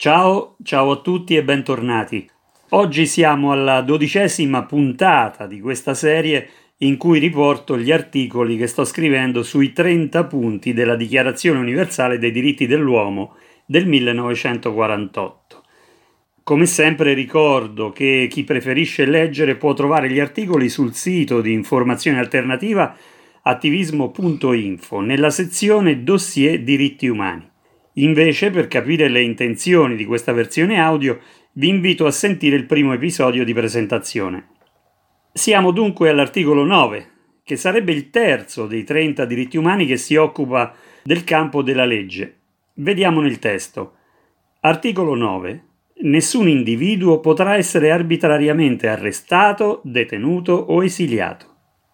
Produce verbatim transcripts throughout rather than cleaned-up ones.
Ciao, ciao a tutti e bentornati. Oggi siamo alla dodicesima puntata di questa serie in cui riporto gli articoli che sto scrivendo sui trenta punti della Dichiarazione universale dei diritti dell'uomo del millenovecentoquarantotto. Come sempre ricordo che chi preferisce leggere può trovare gli articoli sul sito di informazione alternativa attivismo punto info nella sezione dossier diritti umani. Invece, per capire le intenzioni di questa versione audio, vi invito a sentire il primo episodio di presentazione. Siamo dunque all'articolo nove, che sarebbe il terzo dei trenta diritti umani che si occupa del campo della legge. Vediamo nel testo. Articolo nove. Nessun individuo potrà essere arbitrariamente arrestato, detenuto o esiliato.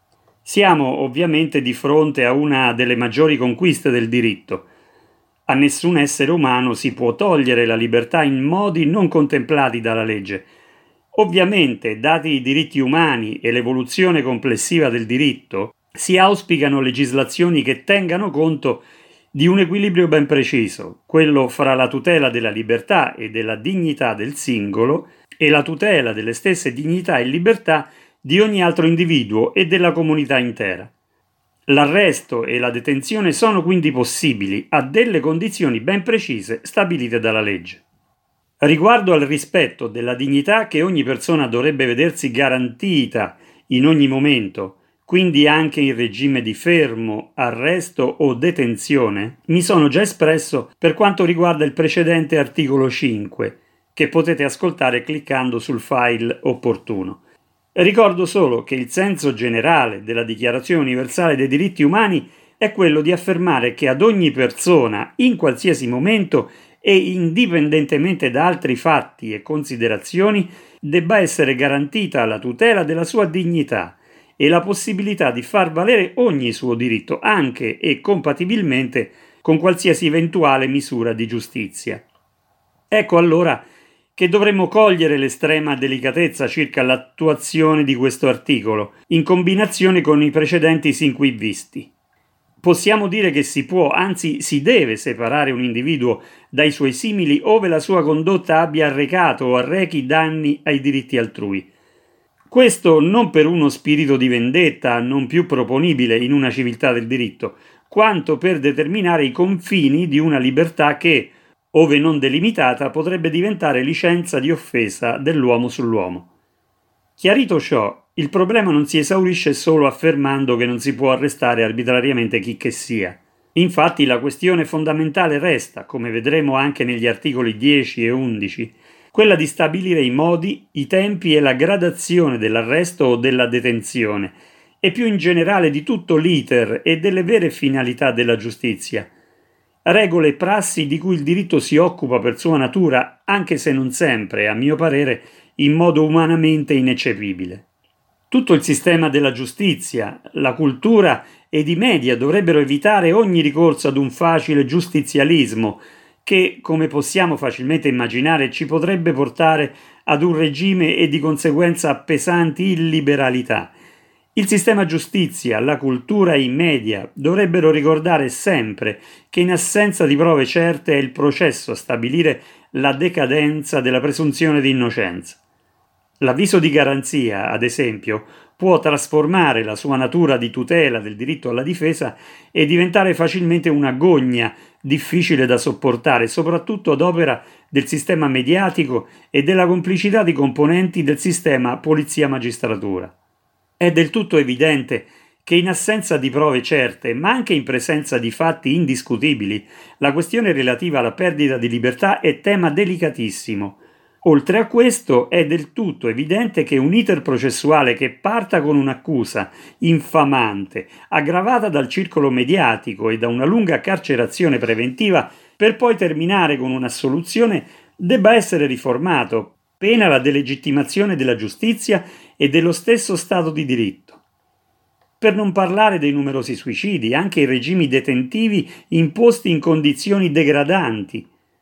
Siamo ovviamente di fronte a una delle maggiori conquiste del diritto. A nessun essere umano si può togliere la libertà in modi non contemplati dalla legge. Ovviamente, dati i diritti umani e l'evoluzione complessiva del diritto, si auspicano legislazioni che tengano conto di un equilibrio ben preciso, quello fra la tutela della libertà e della dignità del singolo e la tutela delle stesse dignità e libertà di ogni altro individuo e della comunità intera. L'arresto e la detenzione sono quindi possibili a delle condizioni ben precise stabilite dalla legge. Riguardo al rispetto della dignità che ogni persona dovrebbe vedersi garantita in ogni momento, quindi anche in regime di fermo, arresto o detenzione, mi sono già espresso per quanto riguarda il precedente articolo cinque, che potete ascoltare cliccando sul file opportuno. Ricordo solo che il senso generale della Dichiarazione universale dei diritti umani è quello di affermare che ad ogni persona, in qualsiasi momento e indipendentemente da altri fatti e considerazioni, debba essere garantita la tutela della sua dignità e la possibilità di far valere ogni suo diritto, anche e compatibilmente con qualsiasi eventuale misura di giustizia. Ecco allora che dovremmo cogliere l'estrema delicatezza circa l'attuazione di questo articolo, in combinazione con i precedenti sin qui visti. Possiamo dire che si può, anzi si deve separare un individuo dai suoi simili ove la sua condotta abbia arrecato o arrechi danni ai diritti altrui. Questo non per uno spirito di vendetta non più proponibile in una civiltà del diritto, quanto per determinare i confini di una libertà che, ove non delimitata, potrebbe diventare licenza di offesa dell'uomo sull'uomo. Chiarito ciò, il problema non si esaurisce solo affermando che non si può arrestare arbitrariamente chi che sia. Infatti la questione fondamentale resta, come vedremo anche negli articoli dieci e undici, quella di stabilire i modi, i tempi e la gradazione dell'arresto o della detenzione, e più in generale di tutto l'iter e delle vere finalità della giustizia. Regole e prassi di cui il diritto si occupa per sua natura, anche se non sempre, a mio parere, in modo umanamente ineccepibile. Tutto il sistema della giustizia, la cultura ed i media dovrebbero evitare ogni ricorso ad un facile giustizialismo che, come possiamo facilmente immaginare, ci potrebbe portare ad un regime e di conseguenza a pesanti illiberalità. Il sistema giustizia, la cultura e i media dovrebbero ricordare sempre che in assenza di prove certe è il processo a stabilire la decadenza della presunzione di innocenza. L'avviso di garanzia, ad esempio, può trasformare la sua natura di tutela del diritto alla difesa e diventare facilmente una gogna difficile da sopportare, soprattutto ad opera del sistema mediatico e della complicità di componenti del sistema polizia-magistratura. È del tutto evidente che in assenza di prove certe, ma anche in presenza di fatti indiscutibili, la questione relativa alla perdita di libertà è tema delicatissimo. Oltre a questo, è del tutto evidente che un iter processuale che parta con un'accusa infamante, aggravata dal circolo mediatico e da una lunga carcerazione preventiva, per poi terminare con un'assoluzione, debba essere riformato, pena la delegittimazione della giustizia e dello stesso Stato di diritto. Per non parlare dei numerosi suicidi, anche i regimi detentivi imposti in condizioni degradanti.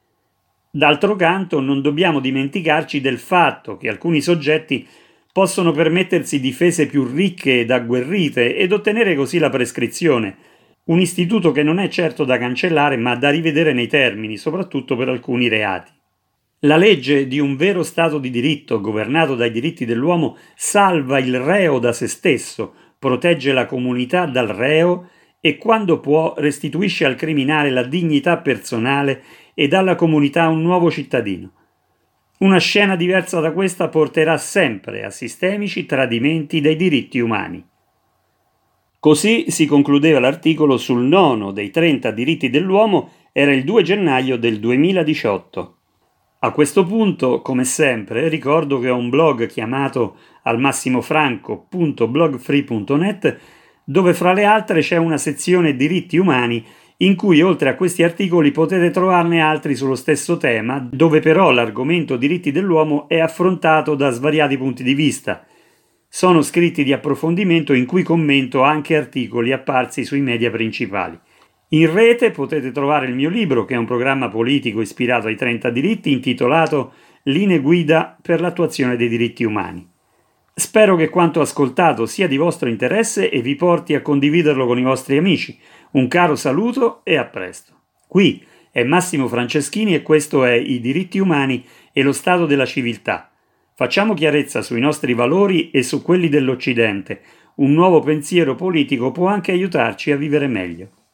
D'altro canto, non dobbiamo dimenticarci del fatto che alcuni soggetti possono permettersi difese più ricche ed agguerrite ed ottenere così la prescrizione, un istituto che non è certo da cancellare ma da rivedere nei termini, soprattutto per alcuni reati. La legge di un vero Stato di diritto, governato dai diritti dell'uomo, salva il reo da se stesso, protegge la comunità dal reo e, quando può, restituisce al criminale la dignità personale e dà alla comunità un nuovo cittadino. Una scena diversa da questa porterà sempre a sistemici tradimenti dei diritti umani. Così si concludeva l'articolo sul nono dei trenta diritti dell'uomo, era il due gennaio del duemiladiciotto. A questo punto, come sempre, ricordo che ho un blog chiamato almassimofranco punto blogfree punto net, dove fra le altre c'è una sezione diritti umani in cui oltre a questi articoli potete trovarne altri sullo stesso tema, dove però l'argomento diritti dell'uomo è affrontato da svariati punti di vista. Sono scritti di approfondimento in cui commento anche articoli apparsi sui media principali. In rete potete trovare il mio libro, che è un programma politico ispirato ai trenta diritti, intitolato Linee guida per l'attuazione dei diritti umani. Spero che quanto ascoltato sia di vostro interesse e vi porti a condividerlo con i vostri amici. Un caro saluto e a presto. Qui è Massimo Franceschini e questo è I diritti umani e lo stato della civiltà. Facciamo chiarezza sui nostri valori e su quelli dell'Occidente. Un nuovo pensiero politico può anche aiutarci a vivere meglio.